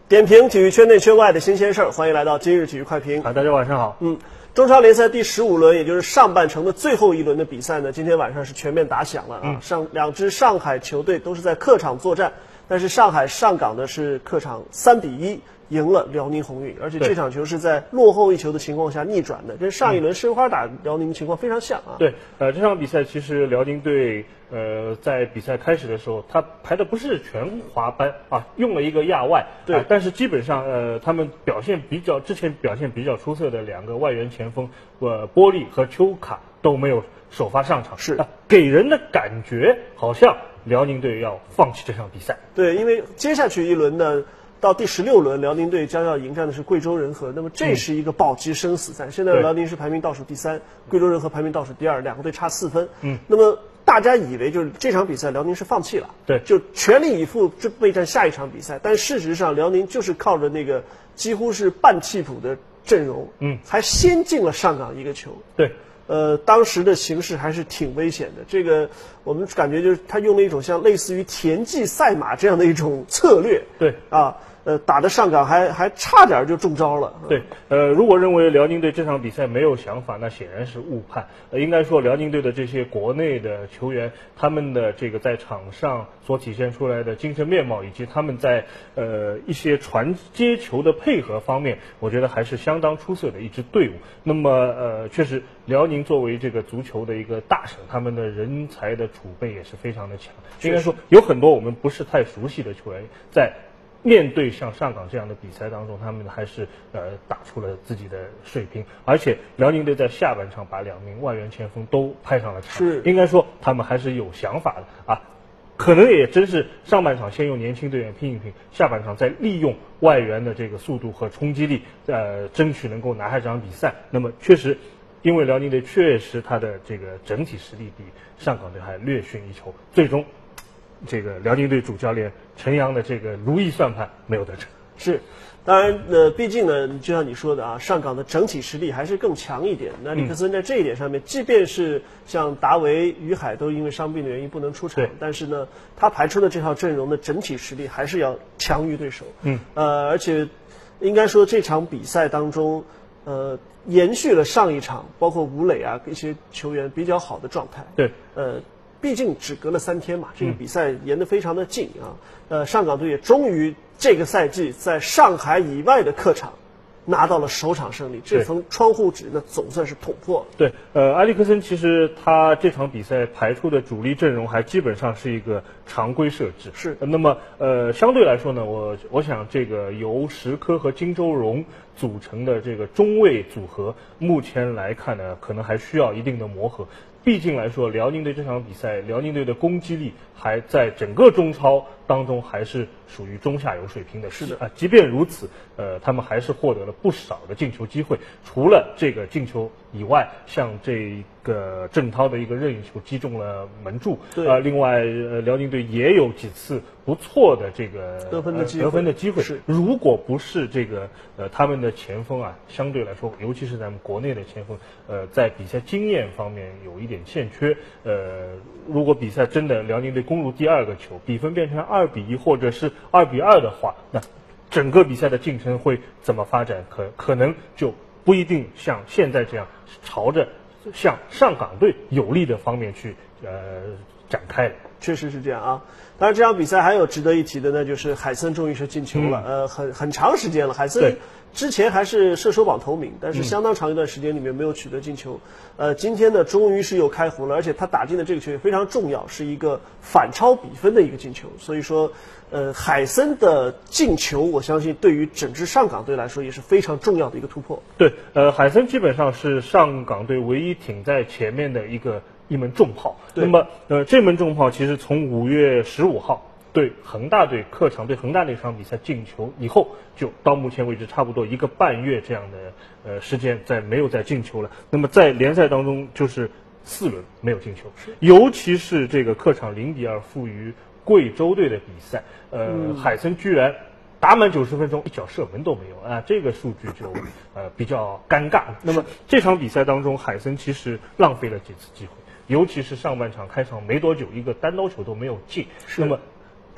点评体育圈内圈外的新鲜事儿，欢迎来到今日体育快评。 大家晚上好。 中超联赛第15轮，也就是上半程的最后一轮的比赛呢，今天晚上是全面打响了啊。两支上海球队都是在客场作战，但是上海上港呢是客场3-1赢了辽宁宏运，而且这场球是在落后一球的情况下逆转的，跟上一轮申花打辽宁的情况非常像啊。 对，这场比赛其实辽宁队在比赛开始的时候，他排的不是全华班啊，用了一个亚外， 对， 但是基本上他们之前表现比较出色的两个外援前锋波利和丘卡都没有首发上场， 是给人的感觉好像辽宁队要放弃这场比赛。 对，因为接下去一轮呢，到第16轮，辽宁队将要迎战的是贵州人和，那么这是一个保级生死战。现在辽宁是排名倒数第3，贵州人和排名倒数第2，两个队差4分。那么大家以为就是这场比赛辽宁是放弃了， 对， 就全力以赴备战下一场比赛。但事实上，辽宁就是靠着那个几乎是半替补的阵容，还先进了上港一个球。 对。 当时的形势还是挺危险的。这个我们感觉就是他用了一种像类似于田忌赛马这样的一种策略。 对啊，打的上港还差点就中招了。 对，如果认为辽宁队这场比赛没有想法，那显然是误判。应该说辽宁队的这些国内的球员，他们的这个在场上所体现出来的精神面貌，以及他们在一些传接球的配合方面，我觉得还是相当出色的一支队伍。那么确实，辽宁作为这个足球的一个大省，他们的人才的储备也是非常的强。应该说有很多我们不是太熟悉的球员在面对像上港这样的比赛当中，他们还是打出了自己的水平，而且辽宁队在下半场把2名外援前锋都派上了场，应该说他们还是有想法的啊。可能也真是上半场先用年轻队员拼一拼，下半场再利用外援的这个速度和冲击力，争取能够拿下这场比赛。那么确实，因为辽宁队确实他的这个整体实力比上港队还略逊一筹，最终这个辽宁队主教练陈阳的这个如意算盘没有得逞。 是，当然毕竟呢，就像你说的啊，上港的整体实力还是更强一点。那里克森在这一点上面，即便是像达维、于海都因为伤病的原因不能出场，但是呢，他排出的这套阵容的整体实力还是要强于对手。而且应该说这场比赛当中，延续了上一场包括吴磊啊一些球员比较好的状态。 对， 毕竟只隔了3天嘛，这个比赛延得非常的近啊。上港队也终于这个赛季在上海以外的客场拿到了首场胜利，这层窗户纸呢总算是捅破了。 对，埃里克森其实他这场比赛排出的主力阵容还基本上是一个常规设置。 是， 那么相对来说呢，我想这个由石科和金周荣组成的这个中卫组合，目前来看呢，可能还需要一定的磨合。毕竟来说，辽宁队这场比赛，辽宁队的攻击力还在整个中超当中还是属于中下游水平的。 是的啊，即便如此，他们还是获得了不少的进球机会。除了这个进球以外，像这个郑涛的一个任意球击中了门柱，另外辽宁队也有几次不错的这个得分的机会。 是，如果不是这个他们的前锋啊，相对来说，尤其是咱们国内的前锋，在比赛经验方面有一点欠缺。如果比赛真的辽宁队攻入第2个球，比分变成2-1或者是2-2的话，那整个比赛的进程会怎么发展？可能就不一定像现在这样朝着向上港队有利的方面去展开了。 确实是这样啊。当然，这场比赛还有值得一提的呢，就是海森终于是进球了。很长时间了，海森之前还是射手榜头名，但是相当长一段时间里面没有取得进球。今天呢，终于是又开胡了，而且他打进的这个球也非常重要，是一个反超比分的一个进球。所以说，海森的进球，我相信对于整支上港队来说也是非常重要的一个突破。 对，海森基本上是上港队唯一挺在前面的一门重炮。那么这门重炮其实从5月15号对恒大队客场对恒大那场比赛进球以后，就到目前为止差不多1个半月这样的时间没有再进球了。那么在联赛当中就是4轮没有进球，尤其是这个客场0-2负于贵州队的比赛，海森居然打满90分钟一脚射门都没有啊，这个数据就比较尴尬。那么这场比赛当中，海森其实浪费了几次机会，尤其是上半场开场没多久，一个单刀球都没有进。那么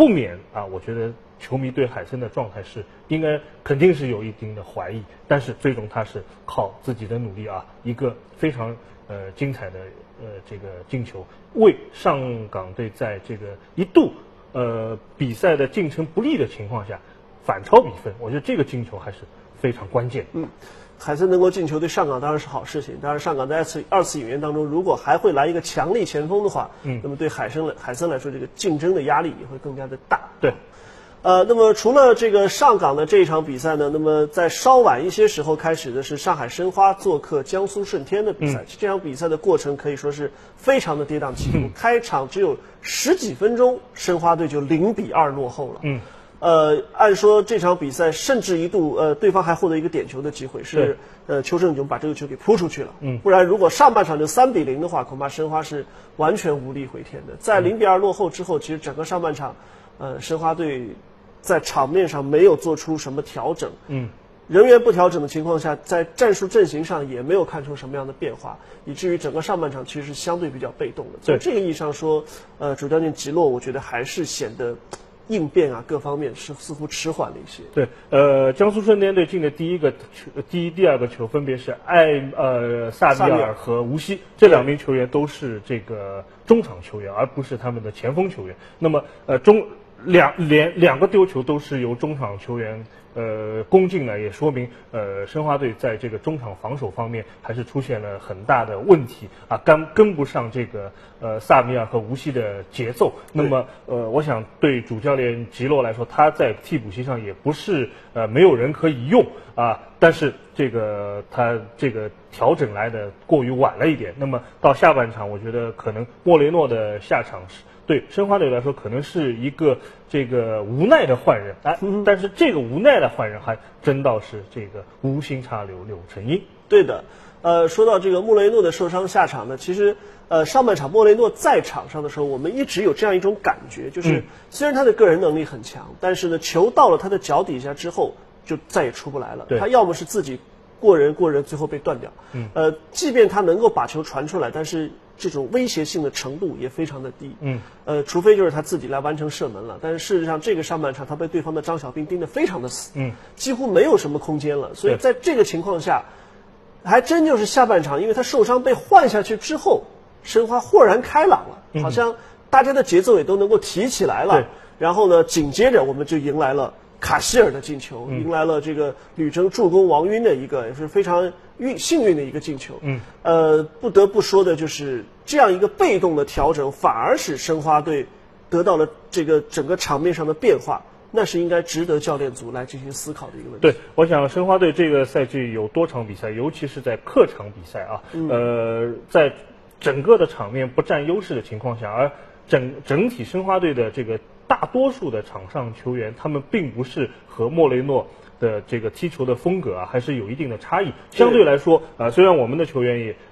不免啊，我觉得球迷对海森的状态是肯定是有一定的怀疑，但是最终他是靠自己的努力啊，一个非常精彩的这个进球，为上港队在这个一度比赛的进程不利的情况下反超比分，我觉得这个进球还是非常关键。 海森能够进球对上港当然是好事情，当然上港在二次引援当中如果还会来一个强力前锋的话，那么对海森来说这个竞争的压力也会更加的大。 对。 那么除了这个上港的这一场比赛呢，那么在稍晚一些时候开始的是上海申花做客江苏舜天的比赛。这场比赛的过程可以说是非常的跌宕起伏。开场只有10几分钟，申花队就0-2落后了。按说这场比赛甚至一度对方还获得一个点球的机会，是邱胜炯把这个球给扑出去了。不然如果上半场就3-0的话，恐怕申花是完全无力回天的。在0-2落后之后，其实整个上半场申花队在场面上没有做出什么调整，人员不调整的情况下，在战术阵型上也没有看出什么样的变化，以至于整个上半场其实是相对比较被动的。从这个意义上说，主教练吉洛我觉得还是显得应变啊各方面是似乎迟缓了一些。 对，江苏舜天队进的第一、第二个球分别是萨米尔和吴曦，这2名球员都是这个中场球员，而不是他们的前锋球员。那么两个丢球都是由中场球员攻进了，也说明申花队在这个中场防守方面还是出现了很大的问题啊，跟不上这个萨米尔和吴曦的节奏。那么我想对主教练吉洛来说，他在替补席上也不是没有人可以用啊，但是他这个调整来的过于晚了一点。那么到下半场，我觉得可能莫雷诺的下场是对申花队来说可能是一个这个无奈的换人，但是这个无奈的换人还真倒是这个无心插柳柳成荫。 对的，说到这个莫雷诺的受伤下场呢，其实上半场莫雷诺在场上的时候，我们一直有这样一种感觉，就是虽然他的个人能力很强，但是呢球到了他的脚底下之后就再也出不来了，他要么是自己过人最后被断掉，即便他能够把球传出来，但是这种威胁性的程度也非常的低，除非就是他自己来完成射门了，但是事实上这个上半场他被对方的张小彬盯得非常的死，几乎没有什么空间了，所以在这个情况下，还真就是下半场因为他受伤被换下去之后，申花豁然开朗了，好像大家的节奏也都能够提起来了，然后呢紧接着我们就迎来了卡希尔的进球，迎来了这个吕征助攻王晕的一个也是非常幸运的一个进球。不得不说的就是这样一个被动的调整，反而使申花队得到了这个整个场面上的变化，那是应该值得教练组来进行思考的一个问题。 对，我想申花队这个赛季有多场比赛，尤其是在客场比赛啊，在整个的场面不占优势的情况下，而整体申花队的这个大多数的场上球员，他们并不是和莫雷诺的这个踢球的风格啊，还是有一定的差异。相对来说，虽然我们的球员也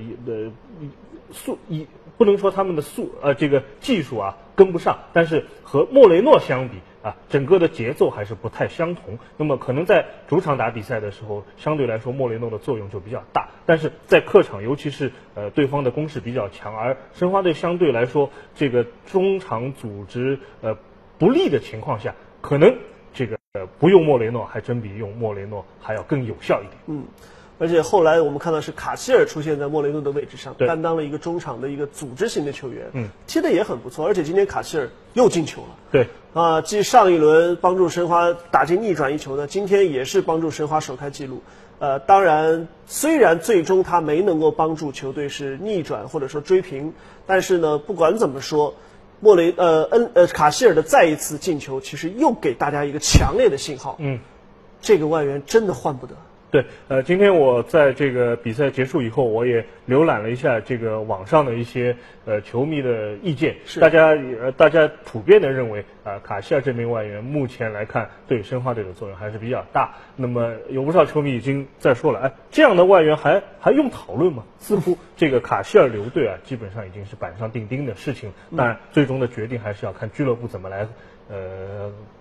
不能说他们的这个技术啊跟不上，但是和莫雷诺相比啊，整个的节奏还是不太相同。那么可能在主场打比赛的时候，相对来说莫雷诺的作用就比较大，但是在客场，尤其是对方的攻势比较强，而申花队相对来说这个中场组织不利的情况下，可能这个不用莫雷诺还真比用莫雷诺还要更有效一点。 而且后来我们看到是卡希尔出现在莫雷诺的位置上，担当了一个中场的一个组织型的球员，踢得也很不错。而且今天卡希尔又进球了。 对啊，继上一轮帮助申花打进逆转1球呢，今天也是帮助申花首开纪录。当然，虽然最终他没能够帮助球队是逆转或者说追平，但是呢，不管怎么说，卡希尔的再一次进球，其实又给大家一个强烈的信号。这个外援真的换不得。 对，今天我在这个比赛结束以后，我也浏览了一下这个网上的一些球迷的意见，大家普遍的认为卡希尔这名外援目前来看对申花队的作用还是比较大。那么有不少球迷已经在说了，这样的外援还用讨论吗？似乎这个卡希尔留队基本上已经是板上钉钉的事情。当然，最终的决定还是要看俱乐部怎么来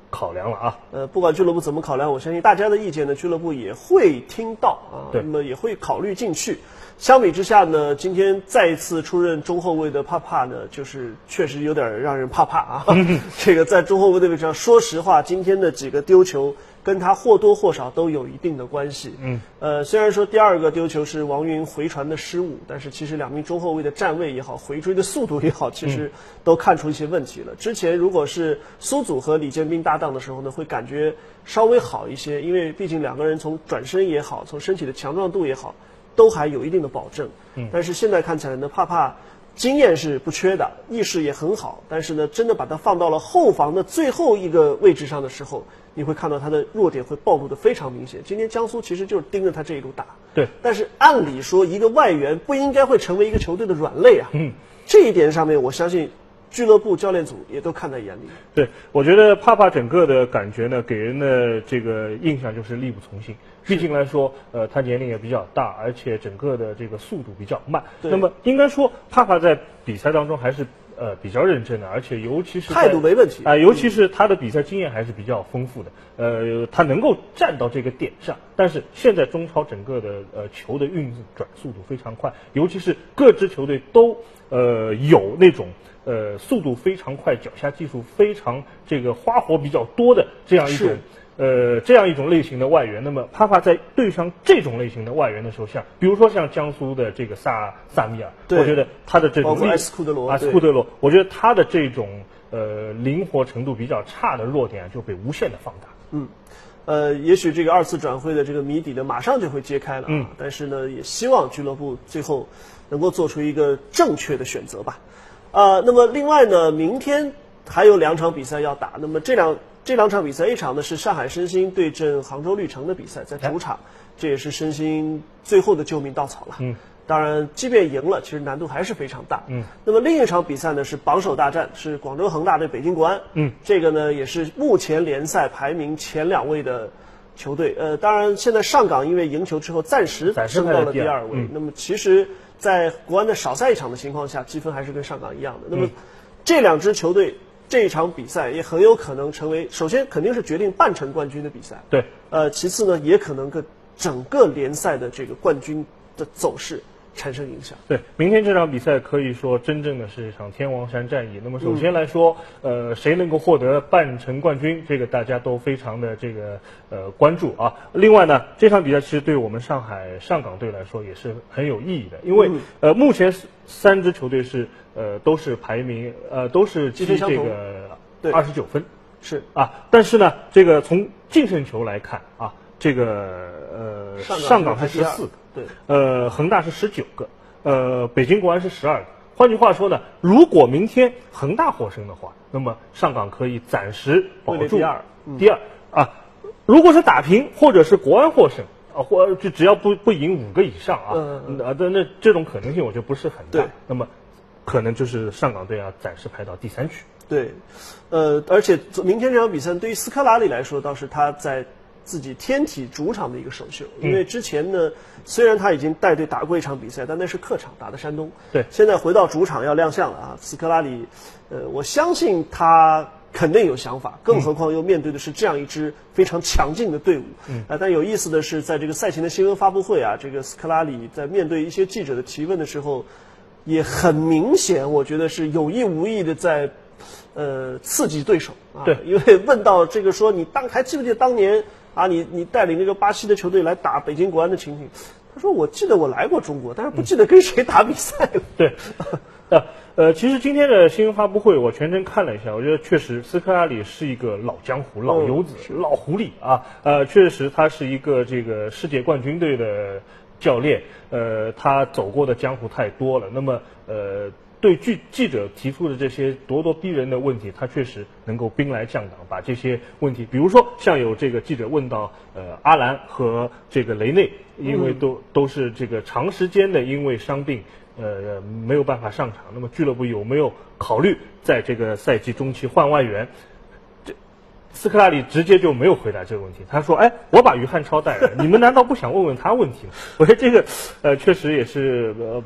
考量了啊。 不管俱乐部怎么考量，我相信大家的意见呢，俱乐部也会听到啊， 对， 那么也会考虑进去。相比之下呢，今天再一次出任中后卫的帕帕呢，就是确实有点让人怕怕啊。这个在中后卫的位置上，说实话，今天的几个丢球跟他或多或少都有一定的关系。虽然说第二个丢球是王云回传的失误，但是其实两名中后卫的站位也好，回追的速度也好，其实都看出一些问题了。之前如果是苏祖和李建斌搭档的时候呢，会感觉稍微好一些，因为毕竟两个人从转身也好，从身体的强壮度也好，都还有一定的保证。但是现在看起来呢，帕帕经验是不缺的，意识也很好，但是呢，真的把他放到了后防的最后一个位置上的时候，你会看到他的弱点会暴露的非常明显。今天江苏其实就是盯着他这一路打， 对。 但是按理说，一个外援不应该会成为一个球队的软肋啊。这一点上面，我相信俱乐部教练组也都看在眼里。 对，我觉得帕帕整个的感觉呢，给人的这个印象就是力不从心。毕竟来说，他年龄也比较大，而且整个的这个速度比较慢。那么应该说，帕帕在比赛当中还是比较认真的，而且尤其是态度没问题尤其是他的比赛经验还是比较丰富的。他能够站到这个点上，但是现在中超整个的球的运转速度非常快，尤其是各支球队都有那种速度非常快、脚下技术非常这个花活比较多的这样一种类型的外援。那么帕帕在对上这种类型的外援的时候，比如说像江苏的这个萨米尔，我觉得他的这种埃斯库德罗，我觉得他的这种灵活程度比较差的弱点就被无限的放大。 也许这个二次转会的这个谜底呢，马上就会揭开了啊。但是呢，也希望俱乐部最后能够做出一个正确的选择吧。那么另外呢，明天还有2场比赛要打。那么这两场比赛，一场呢是上海申鑫对阵杭州绿城的比赛，在主场，这也是申鑫最后的救命稻草了。当然，即便赢了，其实难度还是非常大。那么另一场比赛呢是榜首大战，是广州恒大对北京国安。这个呢也是目前联赛排名前2位的球队。当然现在上港因为赢球之后暂时升到了第2位。那么其实，在国安的少赛一场的情况下，积分还是跟上港一样的。那么这2支球队这一场比赛也很有可能成为，首先肯定是决定半程冠军的比赛。 对。 其次呢，也可能跟整个联赛的这个冠军的走势产生影响。 对，明天这场比赛可以说真正的是一场天王山战役。那么首先来说，谁能够获得半程冠军，这个大家都非常的这个关注啊。另外呢，这场比赛其实对我们上港队来说也是很有意义的，因为目前3支球队是都是排名都是积这个29分， 是啊。但是呢，这个从净胜球来看啊，这个上港才14个。 对， 恒大是19个，北京国安是12个。换句话说呢，如果明天恒大获胜的话，那么上港可以暂时保住第二啊。如果是打平或者是国安获胜或就只要不赢5个以上那这种可能性我觉得不是很大。那么可能就是上港队要暂时排到第3区。 对，而且明天这场比赛对于斯科拉里来说，倒是他在自己天体主场的一个首秀。因为之前呢，虽然他已经带队打过一场比赛，但那是客场打的山东。 对， 现在回到主场要亮相了啊！斯科拉里，我相信他肯定有想法，更何况又面对的是这样一支非常强劲的队伍。但有意思的是，在这个赛前的新闻发布会啊，这个斯科拉里在面对一些记者的提问的时候，也很明显，我觉得是有意无意的在刺激对手啊。 对， 因为问到这个说你还记不记得当年啊你带领这个巴西的球队来打北京国安的情景？他说我记得我来过中国，但是不记得跟谁打比赛了。 对。其实今天的新闻发布会我全程看了一下，我觉得确实斯科拉里是一个老江湖、老油子、老狐狸啊。确实他是一个这个世界冠军队的教练，他走过的江湖太多了。那么对记者提出的这些咄咄逼人的问题，他确实能够兵来将挡，把这些问题，比如说像有这个记者问到阿兰和这个雷内，因为都是这个长时间的因为伤病没有办法上场，那么俱乐部有没有考虑在这个赛季中期换外援？斯科拉里直接就没有回答这个问题，他说：“哎，我把于汉超带来，你们难道不想问问他问题吗？”我觉得这个确实也是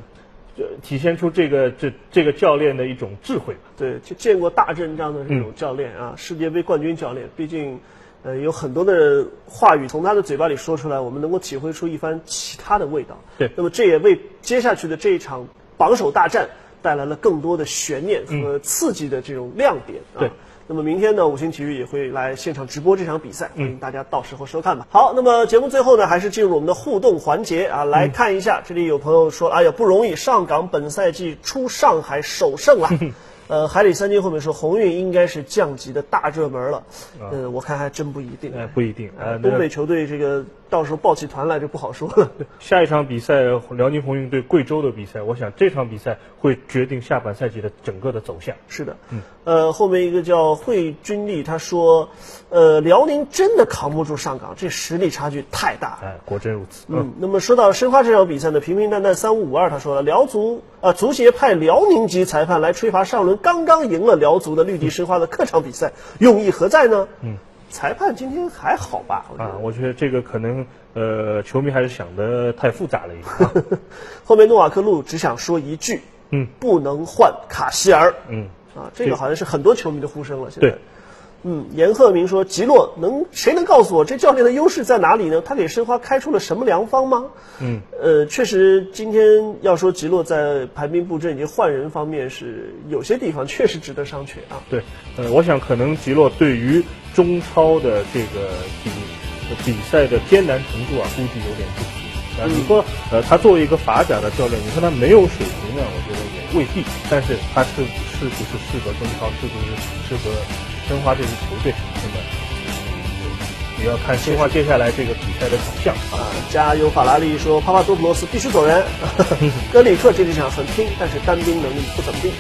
体现出这个教练的一种智慧吧。 对，就见过大阵仗的这种教练啊，世界杯冠军教练，毕竟有很多的话语从他的嘴巴里说出来，我们能够体会出一番其他的味道。 对， 那么这也为接下去的这一场榜首大战带来了更多的悬念和刺激的这种亮点啊。 对。 那么明天呢，五星体育也会来现场直播这场比赛，欢迎大家到时候收看吧。好，那么节目最后呢，还是进入我们的互动环节啊，来看一下，这里有朋友说，哎呀不容易，上港本赛季出上海首胜了。海里三金后面说鸿运应该是降级的大热门了，我看还真不一定。 不一定。 东北球队这个到时候抱起团来就不好说了。 下一场比赛，辽宁鸿运对贵州的比赛，我想这场比赛会决定下半赛季的整个的走向。 是的，后面一个叫惠君丽，他说，辽宁真的扛不住上港，这实力差距太大。 果真如此。 那么说到申花这场比赛呢，平平淡淡3552，他说了，足协派辽宁籍裁判来吹罚上轮刚刚赢了辽足的绿地申花的客场比赛，用意何在呢？裁判今天还好吧？ 我觉得这个可能球迷还是想得太复杂了一点。 后面诺瓦克路只想说一句，不能换卡希尔。这个好像是很多球迷的呼声了。现在。 对。 严鹤明说，吉洛谁能告诉我这教练的优势在哪里呢？他给申花开出了什么良方吗？确实，今天要说吉洛在排兵布阵以及换人方面是有些地方确实值得商榷啊。 对，我想可能吉洛对于中超的这个比赛的艰难程度估计有点不足。你说他作为一个法甲的教练，你说他没有水平呢，我觉得也未必。但是他是不是适合中超，是不是适合申花这支球队，那么也要看申花接下来这个比赛的走向啊。 加油法拉利说，帕帕多普罗斯必须走人。格里克这场很拼，但是单兵能力不怎么地。